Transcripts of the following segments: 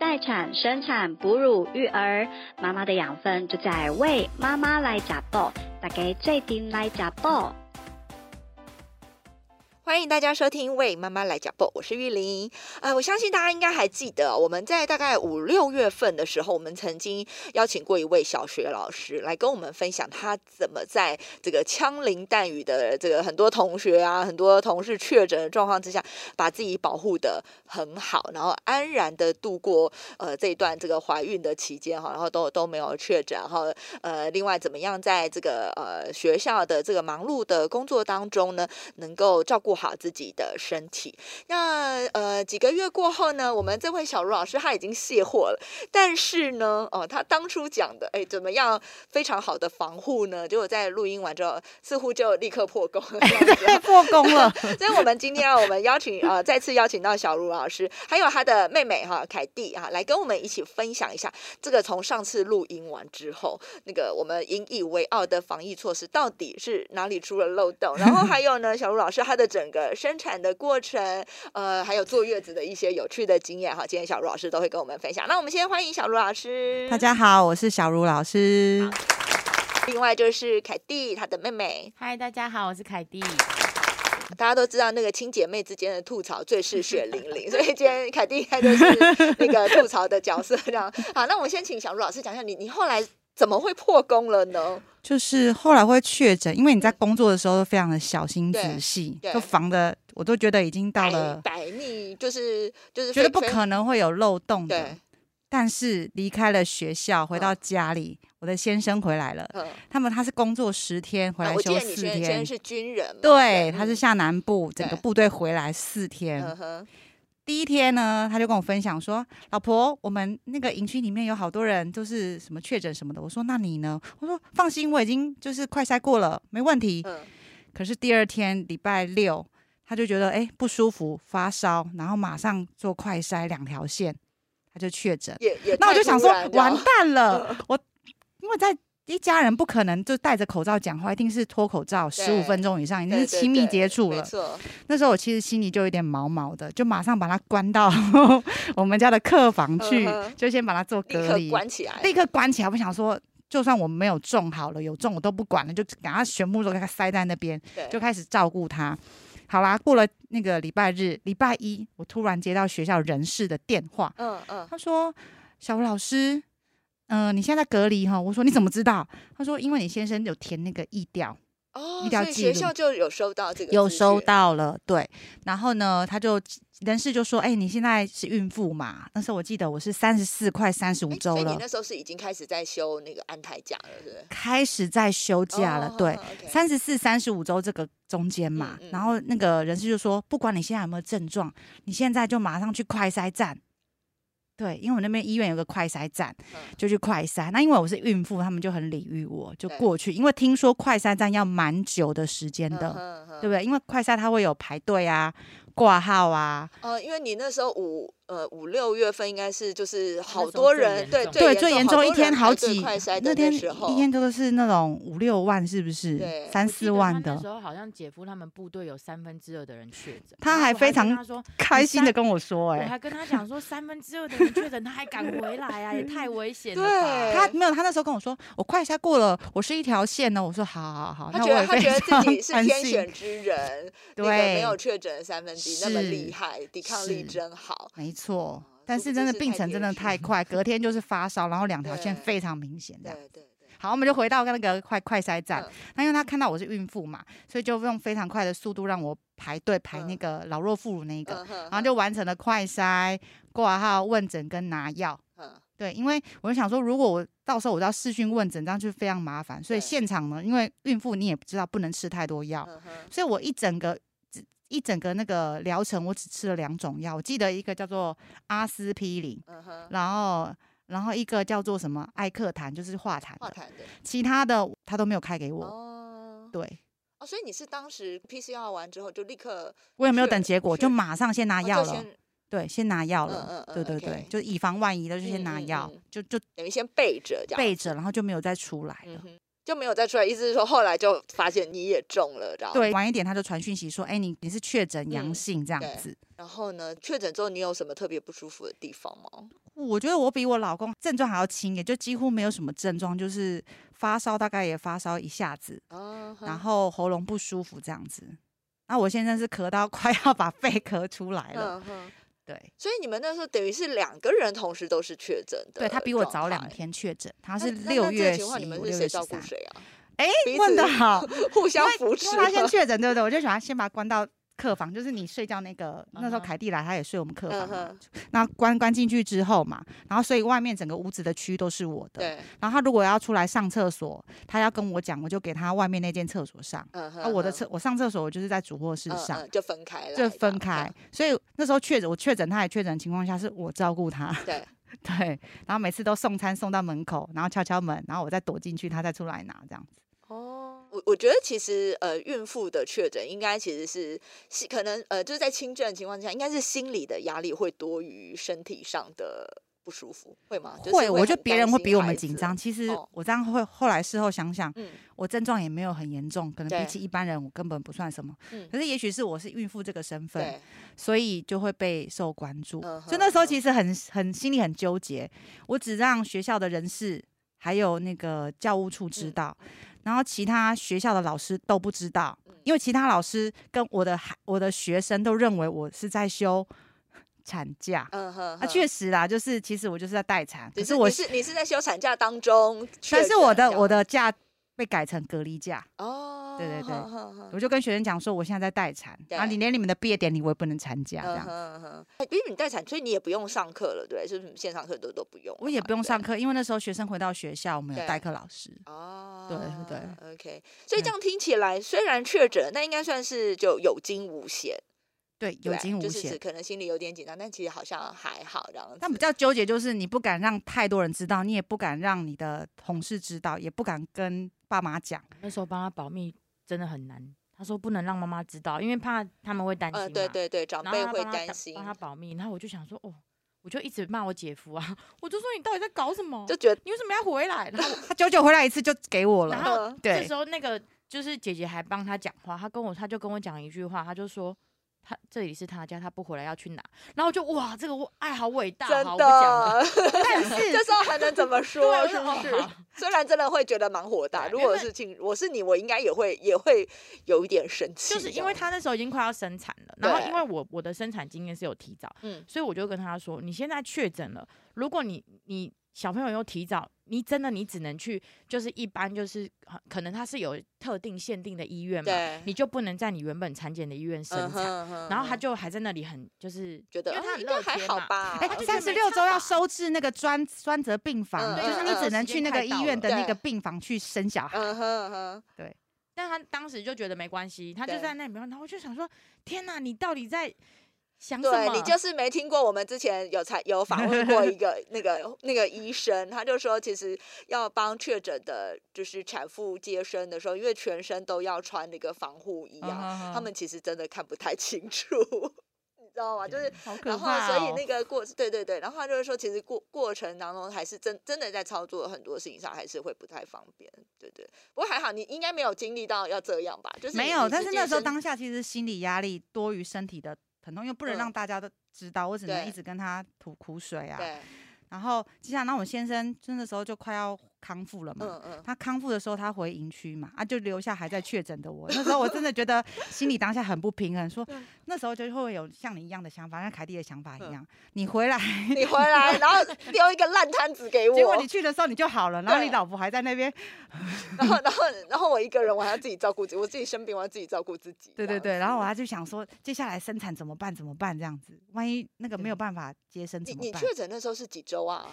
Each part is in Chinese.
待产、生产、哺乳、育儿，妈妈的养分就在为妈妈来吃饱，大家做阵来吃饱。 欢迎大家收听为妈妈来讲报，我是玉玲。我相信大家应该还记得，我们在大概5、6月份的时候，我们曾经邀请过一位小学老师来跟我们分享他怎么在这个枪林弹雨的这个很多同学啊、很多同事确诊的状况之下，把自己保护得很好，然后安然的度过这一段这个怀孕的期间哈，然后都没有确诊，然后另外怎么样在这个学校的这个忙碌的工作当中呢，能够照顾好自己的身体。那几个月过后呢，我们这位小茹老师他已经卸货了，但是呢，他当初讲的怎么样非常好的防护呢？结果在录音完之后，似乎就立刻破功了， 对，破功了。 所以我们今天我们再次邀请到小茹老师，还有他的妹妹凯蒂来跟我们一起分享一下这个从上次录音完之后，那个我们引以为傲的防疫措施到底是哪里出了漏洞？然后还有呢，小茹老师他的整个生产的过程，还有坐月子的一些有趣的经验今天小茹老师都会跟我们分享。那我们先欢迎小茹老师。 大家好，我是小茹老师。 另外就是凯蒂，她的妹妹。 嗨，大家好，我是凯蒂。 大家都知道那个亲姐妹之间的吐槽最是血淋淋，所以今天凯蒂应该就是那个吐槽的角色这样。好，那我们先请小茹老师讲一下你后来怎么会破功了呢？ 就是后来会确诊，因为你在工作的时候都非常的小心仔细，就防的我都觉得已经到了百密，就是觉得不可能会有漏洞的。 对， 但是离开了学校，回到家里，我的先生回来了。他是工作10天，回来休4天。 我记得你先生是军人嘛， 对，他是下南部，整个部队回来4天。第一天呢，他就跟我分享说：“老婆，我们那个营区里面有好多人都是什么确诊什么的。”我说：“那你呢？”我说：“放心，我已经就是快筛过了，没问题。”可是第二天礼拜6，他就觉得不舒服，发烧，然后马上做快筛2条线，他就确诊。那我就想说，完蛋了，因为在一家人不可能就戴着口罩讲话，一定是脱口罩15分钟以上，已经是亲密接触了。那时候我其实心里就有点毛毛的，就马上把他关到我们家的客房去，就先把他做隔离，立刻关起来。我想说，就算我没有中好了，有中我都不管了，就给他全部都给他塞在那边，就开始照顾他。好啦，过了那个礼拜日，礼拜1，我突然接到学校人事的电话，他说：“小茹老师。”你现在在隔离哈？我说你怎么知道？他说因为你先生有填那个疫调疫调记录， 所以学校就有收到这个， 有收到了，对。然后呢，人事就说，你现在是孕妇嘛？那时候我记得我是34快35周了， 所以你那时候是已经开始在休那个安胎假了，是不是？ 开始在休假了，对，34、35周这个中间嘛。然后那个人事就说，不管你现在有没有症状，你现在就马上去快筛站。对，因为我那边医院有个快筛站，就去快筛。那因为我是孕妇，他们就很礼遇我，就过去。因为听说快筛站要蛮久的时间的，对不对？因为快筛它会有排队啊、挂号啊。 因为你那时候5、6月份应该是就是好多人，对最严重，一天好几， 那天一天都是那种5、6万，是不是？3、4万的。 那时候好像姐夫他们部队有2/3的人确诊， 他还非常开心的跟我说， 我还跟他讲说2/3的人确诊，他还敢回来啊，也太危险了吧。 他没有，他那时候跟我说，我快筛过了，我是1条线呢。我说好， 他觉得自己是天选之人，对，没有确诊1/3那么厉害，抵抗力真好， 没错。但是真的病程真的太快，隔天就是发烧，然后2条线非常明显这样。对。好，我们就回到那个快筛站。那因为他看到我是孕妇嘛，所以就用非常快的速度让我排队排那个老弱妇孺那个，然后就完成了快筛、挂号、问诊跟拿药。对，因为我就想说，如果我到时候我要视讯问诊，这样就非常麻烦。所以现场呢，因为孕妇你也不知道不能吃太多药，所以我一整个那个疗程，我只吃了2种药。我记得一个叫做阿司匹林，然后一个叫做什么艾克坦，就是化痰的，其他的他都没有开给我。对。 所以你是当时 PCR 完之后就立刻， 我也没有等结果，就马上先拿药了。对，先拿药了。对，就以防万一的就先拿药，就等于先备着，这样备着，然后就没有再出来了。 就没有再出来，意思是说后来就发现你也中了，知道吗？ 对，晚一点他就传讯息说，你是确诊阳性这样子。 然后呢，确诊之后你有什么特别不舒服的地方吗？ 我觉得我比我老公症状还要轻，也就几乎没有什么症状，就是发烧大概也发烧一下子，然后喉咙不舒服这样子。那我先生是咳到快要把肺咳出来了。对， 所以你们那时候等于是2个人同时都是确诊的。 对，他比我早2天确诊，他是6月15， 你们是谁照顾谁啊？ 问得好， 互相扶持。 因为他先确诊，对不对？我就喜欢先把他关到客房，就是你睡觉那个，那时候凯蒂来，他也睡我们客房嘛。那关进去之后嘛，然后所以外面整个屋子的区都是我的。 对。 然后他如果要出来上厕所，他要跟我讲，我就给他外面那间厕所上。我上厕所，我就是在主卧室上， 就分开了。 就分开。所以那时候我确诊，他也确诊的情况下，是我照顾他。 对。 对。然后每次都送餐送到门口，然后敲敲门，然后我再躲进去，他再出来拿这样子。 我觉得其实孕妇的确诊应该其实是可能就是在轻症的情况下，应该是心理的压力会多于身体上的不舒服，会吗？会， 我觉得别人会比我们紧张。其实我这样后来事后想想，我症状也没有很严重，可能比起一般人我根本不算什么。可是也许是我是孕妇这个身份，所以就会被受关注。所以那时候其实很心里很纠结，我只让学校的人事还有那个教务处知道。然后其他学校的老师都不知道，因为其他老师跟我的学生都认为我是在休产假。确实啦，就是其实我就是在待产。可是你是在休产假当中， 但是我的假被改成隔离假。对对对，我就跟学生讲说，我现在在待产，然后连你们的毕业典礼我也不能参加，这样。 因为你待产，所以你也不用上课了，对？就是线上课都不用。 我也不用上课，因为那时候学生回到学校，我们有代课老师。对对。 OK， 所以这样听起来，虽然确诊，那应该算是就有惊无险。 对，有惊无险， 就是可能心里有点紧张，但其实好像还好这样子。 但比较纠结就是你不敢让太多人知道，你也不敢让你的同事知道，也不敢跟爸妈讲。 那时候帮他保密真的很难，他说不能让妈妈知道，因为怕他们会担心嘛。 对对对，长辈会担心。 帮他保密，然后我就想说，我就一直骂我姐夫啊，我就说你到底在搞什么？ 就觉得你为什么要回来？然后他久久回来一次就给我了。 然后这时候那个就是姐姐还帮他讲话，他就跟我讲一句话，他就说。这里是他家，他不回来要去哪？然后就哇，这个爱好伟大， 真的。 好，我不讲了。 但是这时候还能怎么说？是不是？虽然真的会觉得蛮火大，如果我是你，我应该也会有一点生气。 就是因为他那时候已经快要生产了，然后因为我的生产经验是有提早，所以我就跟他说，你现在确诊了，如果你小朋友又提早，你只能去，就是一般就是可能他是有特定限定的医院嘛，你就不能在你原本产检的医院生产。然后他就还在那里很就是觉得， 因为他应该还好吧 ？36周要收治那个专责病房，就是你只能去那个医院的那个病房去生小孩。对。 但他当时就觉得没关系，他就在那里面，然后我就想说，天哪，你到底在？ 对，你就是没听过我们之前有访问过一个那个医生，他就说其实要帮确诊的就是产妇接生的时候，因为全身都要穿那个防护衣啊，他们其实真的看不太清楚。你知道吗？就是，然后所以那个对，然后他就是说，其实过程当中还是真的在操作很多事情上还是会不太方便，对。不过还好，你应该没有经历到要这样吧？就是没有，但是那时候当下其实心理压力多于身体的疼痛，因为不能让大家都知道，我只能一直跟他吐苦水啊。 对。 然后接下来，我先生就那时候就快要康复了嘛。他康复的时候，他回营区嘛，就留下还在确诊的我。那时候我真的觉得心里当下很不平衡，说那时候就会有像你一样的想法，像凯蒂的想法一样，你回来， 然后丢一个烂摊子给我， 结果你去的时候你就好了，然后你老婆还在那边， 然后我一个人，我还要自己照顾自己，我自己生病，我要自己照顾自己。 对，然后我还就想说，接下来生产怎么办这样子，万一那个没有办法接生怎么办？ 你确诊那时候是几周啊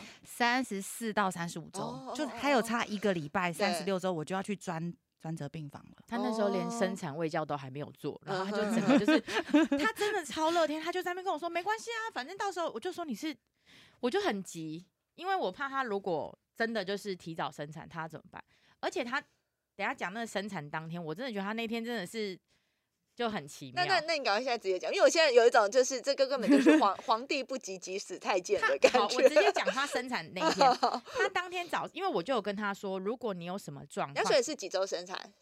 ？34到35周，就还有差1个礼拜，36周我就要去专责病房了。 他那时候连生产卫教都还没有做，然后他就整个就是他真的超乐天，他就在那边跟我说没关系啊，反正到时候我就说我就很急，因为我怕他如果真的就是提早生产，他怎么办？而且他等一下讲那个生产当天，我真的觉得他那天真的是。就很奇妙。 那你赶快现在直接讲，因为我现在有一种就是这个根本就是皇帝不急急死太监的感觉。 好，我直接讲他生产那一天，他当天早，因为我就有跟他说，如果你有什么状况， 那所以是几周生产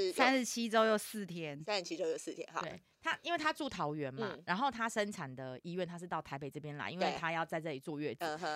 ？37周又4天 ，37周又4天。好， 对他，因为他住桃园嘛，然后他生产的医院他是到台北这边来，因为他要在这里坐月子。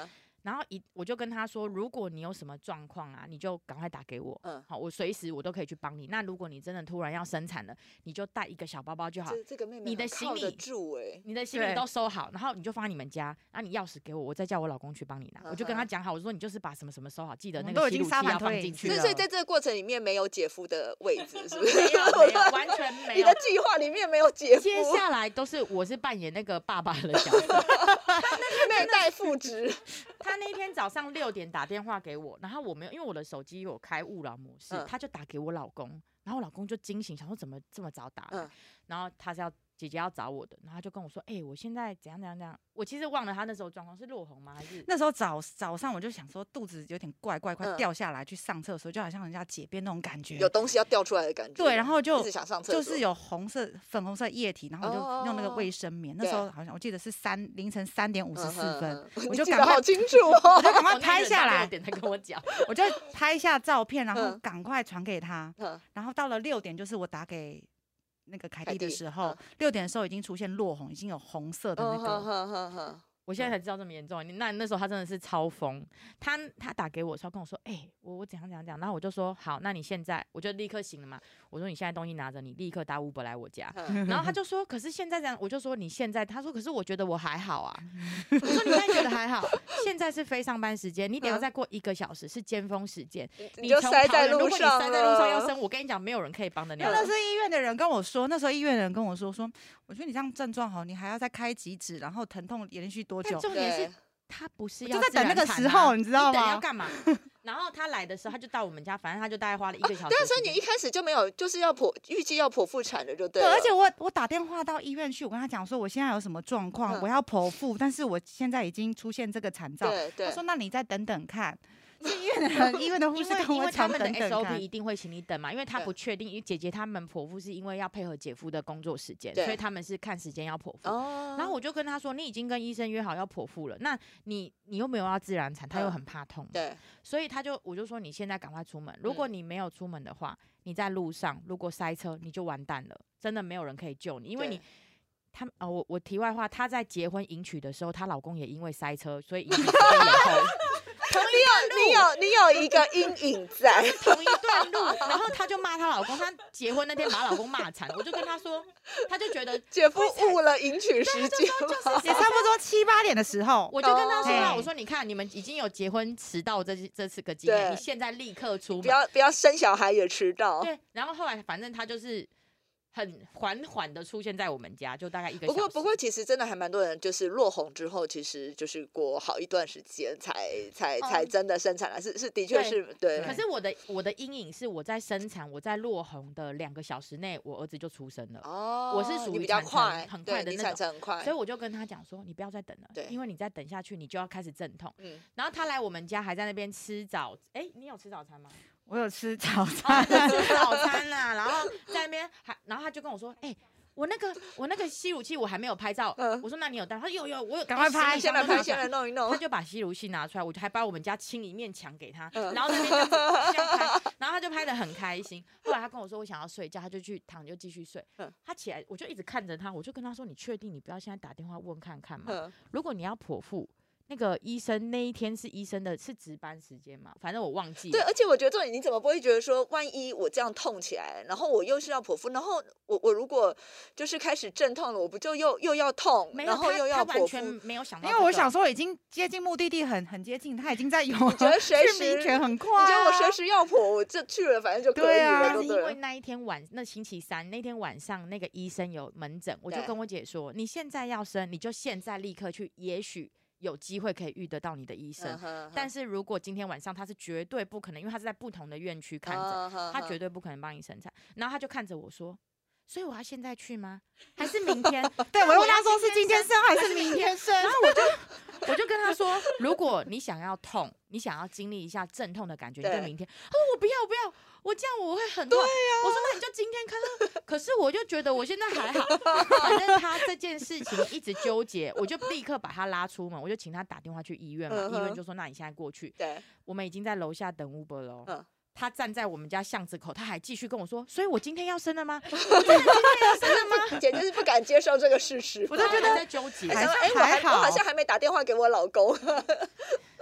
然后我就跟他说，如果你有什么状况啊，你就赶快打给我，好，我随时我都可以去帮你。那如果你真的突然要生产了，你就带一个小包包就好。 这个妹妹你的行李你的行李都收好，然后你就放在你们家，然后你钥匙给我，我再叫我老公去帮你拿。我就跟他讲好，我说你就是把什么什么收好，记得那个吸乳器要放进去。 所以在这个过程里面没有姐夫的位置，是不是？ 没有，完全没有。 你的计划里面没有姐夫。 接下来我是扮演那个爸爸的角色， 内带副职。 他那天早上6点打电话给我，然后我没有，因为我的手机有开勿扰模式，他就打给我老公，然后我老公就惊醒，想说怎么这么早打，然后他是姐姐要找我的，然后他就跟我说，我现在怎样怎样怎样，我其实忘了他那时候状况是落红吗？还是那时候早上我就想说肚子有点怪，快掉下来去上厕所，就好像人家解便那种感觉， 有东西要掉出来的感觉。 对，然后就一直想上厕所， 就是有粉红色液体，然后我就用那个卫生棉。那时候好像我记得是凌晨3点54分，我就赶快好清楚哦， 我就赶快拍下来， 他跟我讲， 我就拍下照片，然后赶快传给他。然后到了6点，就是我打给那个凯蒂的时候，6点的时候已经出现落红，已经有红色的那个。 我现在才知道这么严重。那时候他真的是超疯，他打给我的时候跟我说，我怎样怎样怎样，然后我就说好，那你现在我就立刻醒了嘛。我说你现在东西拿着，你立刻搭 Uber 来我家。然后他就说，可是现在这样，我就说你现在，他说可是我觉得我还好啊。我说你现在觉得还好，现在是非上班时间，你等要再过1个小时是尖峰时间， 你就塞在路上， 如果你塞在路上要生，我跟你讲，没有人可以帮得了。 那是医院的人跟我说，那时候医院的人跟我说，我觉得你这样症状好，你还要再开几指，然后疼痛连续多久？ 但重点是他不是要就在等那个时候，你知道吗？ 你等要干嘛？然后他来的时候，他就到我们家，反正他就大概花了1个小时。 对啊，所以你一开始就没有，就是预计要剖腹产的，就对了。 对，而且我打电话到医院去，我跟他讲说我现在有什么状况，我要剖腹，但是我现在已经出现这个产兆。他说那你再等等看。是医院的护士跟我讲， 因为他们的 SOP 一定会请你等嘛，因为他不确定，因为姐姐他们剖腹是因为要配合姐夫的工作时间，所以他们是看时间要剖腹。然后我就跟他说，你已经跟医生约好要剖腹了，那你又没有要自然产，他又很怕痛， 对， 所以我就说你现在赶快出门，如果你没有出门的话，你在路上如果塞车，你就完蛋了，真的没有人可以救你，因为我题外话，她在结婚迎娶的时候，她老公也因为塞车，所以迎娶延后。 你有一个阴影在同一段路，然后她就骂她老公，她结婚那天把老公骂惨，我就跟她说，她就觉得姐夫误了迎娶时间， 也差不多7、8点的时候， 我就跟她说我说你看你们已经有结婚迟到这次个经验，你现在立刻出门， 不要生小孩也迟到。 对，然后后来反正她就是很缓缓的出现在我们家，就大概1个小时。 不过其实真的还蛮多人就是落红之后，其实就是过好一段时间才真的生产了，是的确是对。 可是我的阴影是我在生产，我在落红的2个小时内，我儿子就出生了。我是属于比较快， 很快的那种， 很快。 所以我就跟他讲说，你不要再等了，因为你再等下去，你就要开始阵痛。然后他来我们家还在那边吃你有吃早餐吗？ 我有吃早餐， 吃早餐啦，然后在那边然后他就跟我说，我那个吸乳器我还没有拍照，我说那你有带？他说有，我有， 赶快拍， 先来拍，先来弄一弄。 他就把吸乳器拿出来，我就还把我们家清一面墙给他，然后在那边这样拍，然后他就拍得很开心。后来他跟我说我想要睡觉，他就去躺就继续睡。他起来我就一直看着他，我就跟他说你确定你不要现在打电话问看看吗？如果你要剖腹。那个医生那一天是医生的是值班时间嘛？反正我忘记了。 对，而且我觉得重点，你怎么不会觉得说，万一我这样痛起来，然后我又是要剖腹，然后我如果就是开始阵痛了，我不就又要痛，然后又要剖腹？ 他完全没有想到， 因为我想说已经接近目的地，很接近，他已经在有， 我觉得随时民权很快， 你觉得我随时要剖，我就去了，反正就可以了。 但是因为那一天那星期3那天晚上，那个医生有门诊，我就跟我姐说，你现在要生，你就现在立刻去，也许。有机会可以遇得到你的医生，但是如果今天晚上他是绝对不可能，因为他是在不同的院区看诊，他绝对不可能帮你生产。然后他就看着我说，所以我要现在去吗？还是明天？ 对，我问他说是今天生还是明天生？ 然后我就跟他说，如果你想要痛，你想要经历一下阵痛的感觉，你就明天。他说我不要，我这样我会很痛。我说那你就今天看。可是我就觉得我现在还好，反正他这件事情一直纠结，我就立刻把他拉出门，我就请他打电话去医院嘛，医院就说那你现在过去。 对， 我们已经在楼下等 Uber 了。他站在我们家巷子口，他还继续跟我说，所以我今天要生了吗？我真的今天要生了吗？ 简直是不敢接受这个事实。 我就觉得在纠结， 还好， 我好像还没打电话给我老公。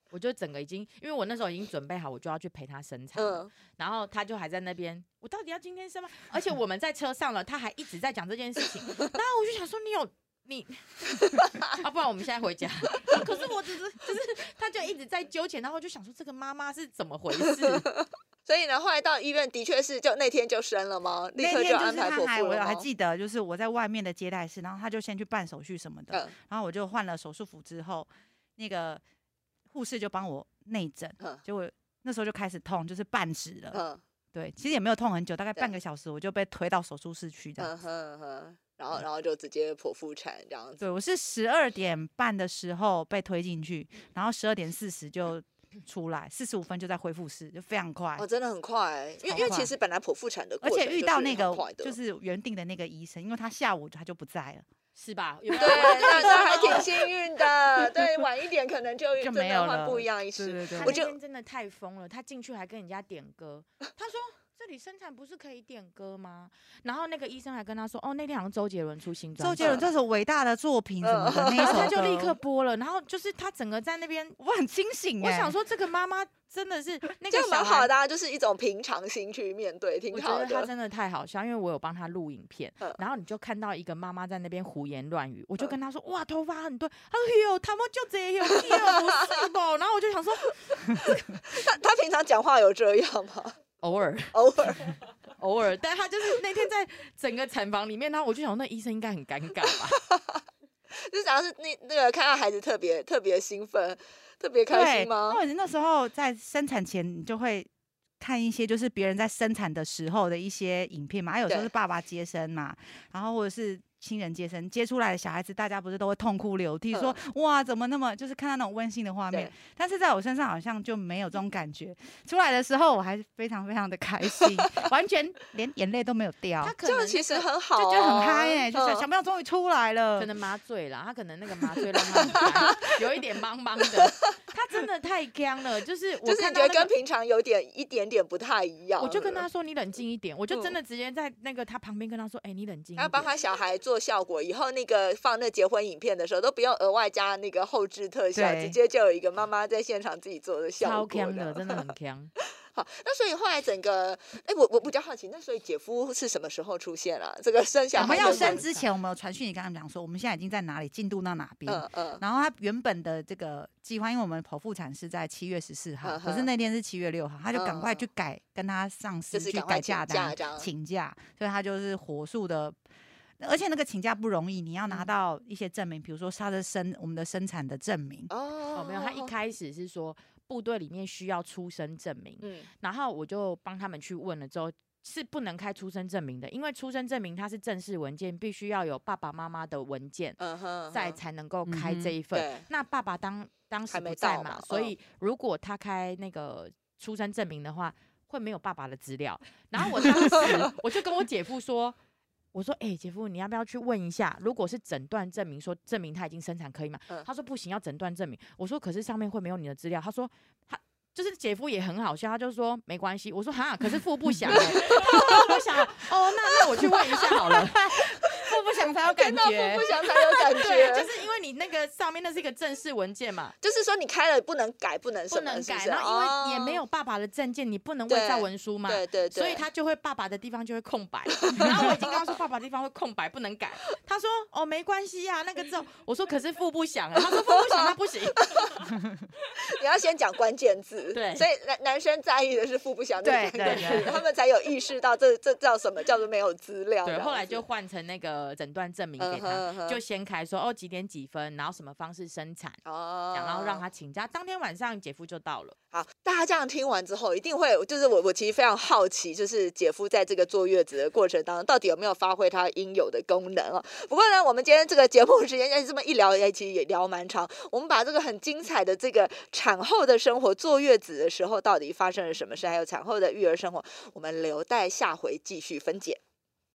我就整个已经，因为我那时候已经准备好，我就要去陪他生产了，然后他就还在那边，我到底要今天生吗？而且我们在车上了，他还一直在讲这件事情，然后我就想说你不然我们现在回家。可是我就是他就一直在纠结，然后我就想说这个妈妈是怎么回事？ 所以呢，后来到医院的确是就那天就生了吗？立刻就安排剖腹了吗？ 我还记得，就是我在外面的接待室，然后他就先去办手续什么的，然后我就换了手术服之后，那个护士就帮我内诊，结果那时候就开始痛，就是半指了。对，其实也没有痛很久，大概半个小时，我就被推到手术室去这样子。 然后就直接剖腹产这样子。 对，我是12点半的时候被推进去，然后12点40就出来，45分就在恢复室，就非常快。 真的很快，因为其实本来剖腹产的过程， 而且遇到那个就是原定的那个医生，因为他下午他就不在了。 是吧？ 对，那还挺幸运的。对，晚一点可能就没有了， 换不一样医师。 他那天真的太疯了，他进去还跟人家点歌，他说。这里生产不是可以点歌吗？然后那个医生还跟他说，那天好像周杰伦出新专辑， 周杰伦这首伟大的作品什么的，那首他就立刻播了。然后就是他整个在那边， 我很清醒。 我想说，这个妈妈真的是那个这样蛮好的啊，就是一种平常心去面对，挺好的。 我觉得他真的太好笑，因为我有帮他录影片，然后你就看到一个妈妈在那边胡言乱语，我就跟他说，哇，头发很多，他说哟，他们就这样，不是不？然后我就想说， 他平常讲话有这样吗？ 偶尔，但他就是那天在整个产房里面，然后我就想，那医生应该很尴尬吧？ 就想要是那个看到孩子特别兴奋、特别开心吗？ 或者那时候在生产前，你就会看一些就是别人在生产的时候的一些影片嘛，有时候是爸爸接生嘛，然后或者是亲人接生接出来的小孩子，大家不是都会痛哭流涕，说哇怎么那么，就是看到那种温馨的画面。但是在我身上好像就没有这种感觉。出来的时候我还非常非常的开心，完全连眼泪都没有掉。 他这样其实很好， 就觉得很嗨耶，就是小朋友终于出来了。 可能麻醉啦，他可能那个麻醉让他很嗨，有一点茫茫的。他真的太强了，就是我看到觉得跟平常有一点点不太一样。 我就跟他说你冷静一点，我就真的直接在那个他旁边跟他说，你冷静一点。 他帮他小孩做效果，以后那个放那结婚影片的时候都不用额外加那个后置特效，直接就有一个妈妈在现场自己做的效果。 超强的，真的很强。 好，那所以后来整个，我比较好奇，那所以姐夫是什么时候出现了？这个生小孩， 我们要生之前，我们有传讯，你跟他们讲说，我们现在已经在哪里，进度到哪边。然后他原本的这个计划，因为我们剖腹产是在7月14号，可是那天是7月6号，他就赶快去改，跟他上司去改假单，请假，所以他就是火速的。而且那个请假不容易，你要拿到一些证明，比如说他的我们的生产的证明。 没有，他一开始是说部队里面需要出生证明，然后我就帮他们去问了之后，是不能开出生证明的，因为出生证明它是正式文件，必须要有爸爸妈妈的文件，才能够开这一份。那爸爸当时不在嘛，所以如果他开那个出生证明的话，会没有爸爸的资料。然后我当时我就跟我姐夫说。我说姐夫你要不要去问一下，如果是诊断证明，说证明他已经生产可以吗？他说不行，要诊断证明。我说可是上面会没有你的资料。他说他就是姐夫也很好笑，他就说没关系。我说哈，可是腹不详他说腹不详那我去问一下好了。腹不详才有感觉， 腹不详才有感觉。 对，就是因为你那个上面那是一个正式文件嘛， 就是说你开了不能改，不能改， 然后因为也没有爸爸的证件，你不能伪造文书嘛， 对， 所以他就会爸爸的地方就会空白。然后我已经跟他说爸爸的地方会空白，不能改。他说没关系啊，那个之后我说可是腹不详他说腹不详他不行。 你要先讲关键字， 对， 所以男生在意的是腹不详这关键字，他们才有意识到这叫什么叫做没有资料。 对，后来就换成那个诊断证明给他，就先开说几点几分，然后什么方式生产，然后让他请假。当天晚上姐夫就到了。 好，大家这样听完之后，一定会就是我其实非常好奇，就是姐夫在这个坐月子的过程当中，到底有没有发挥他应有的功能啊？不过呢，我们今天这个节目时间这么一聊，其实也聊蛮长。我们把这个很精彩的这个产后的生活，坐月子的时候到底发生了什么事，还有产后的育儿生活，我们留待下回继续分解。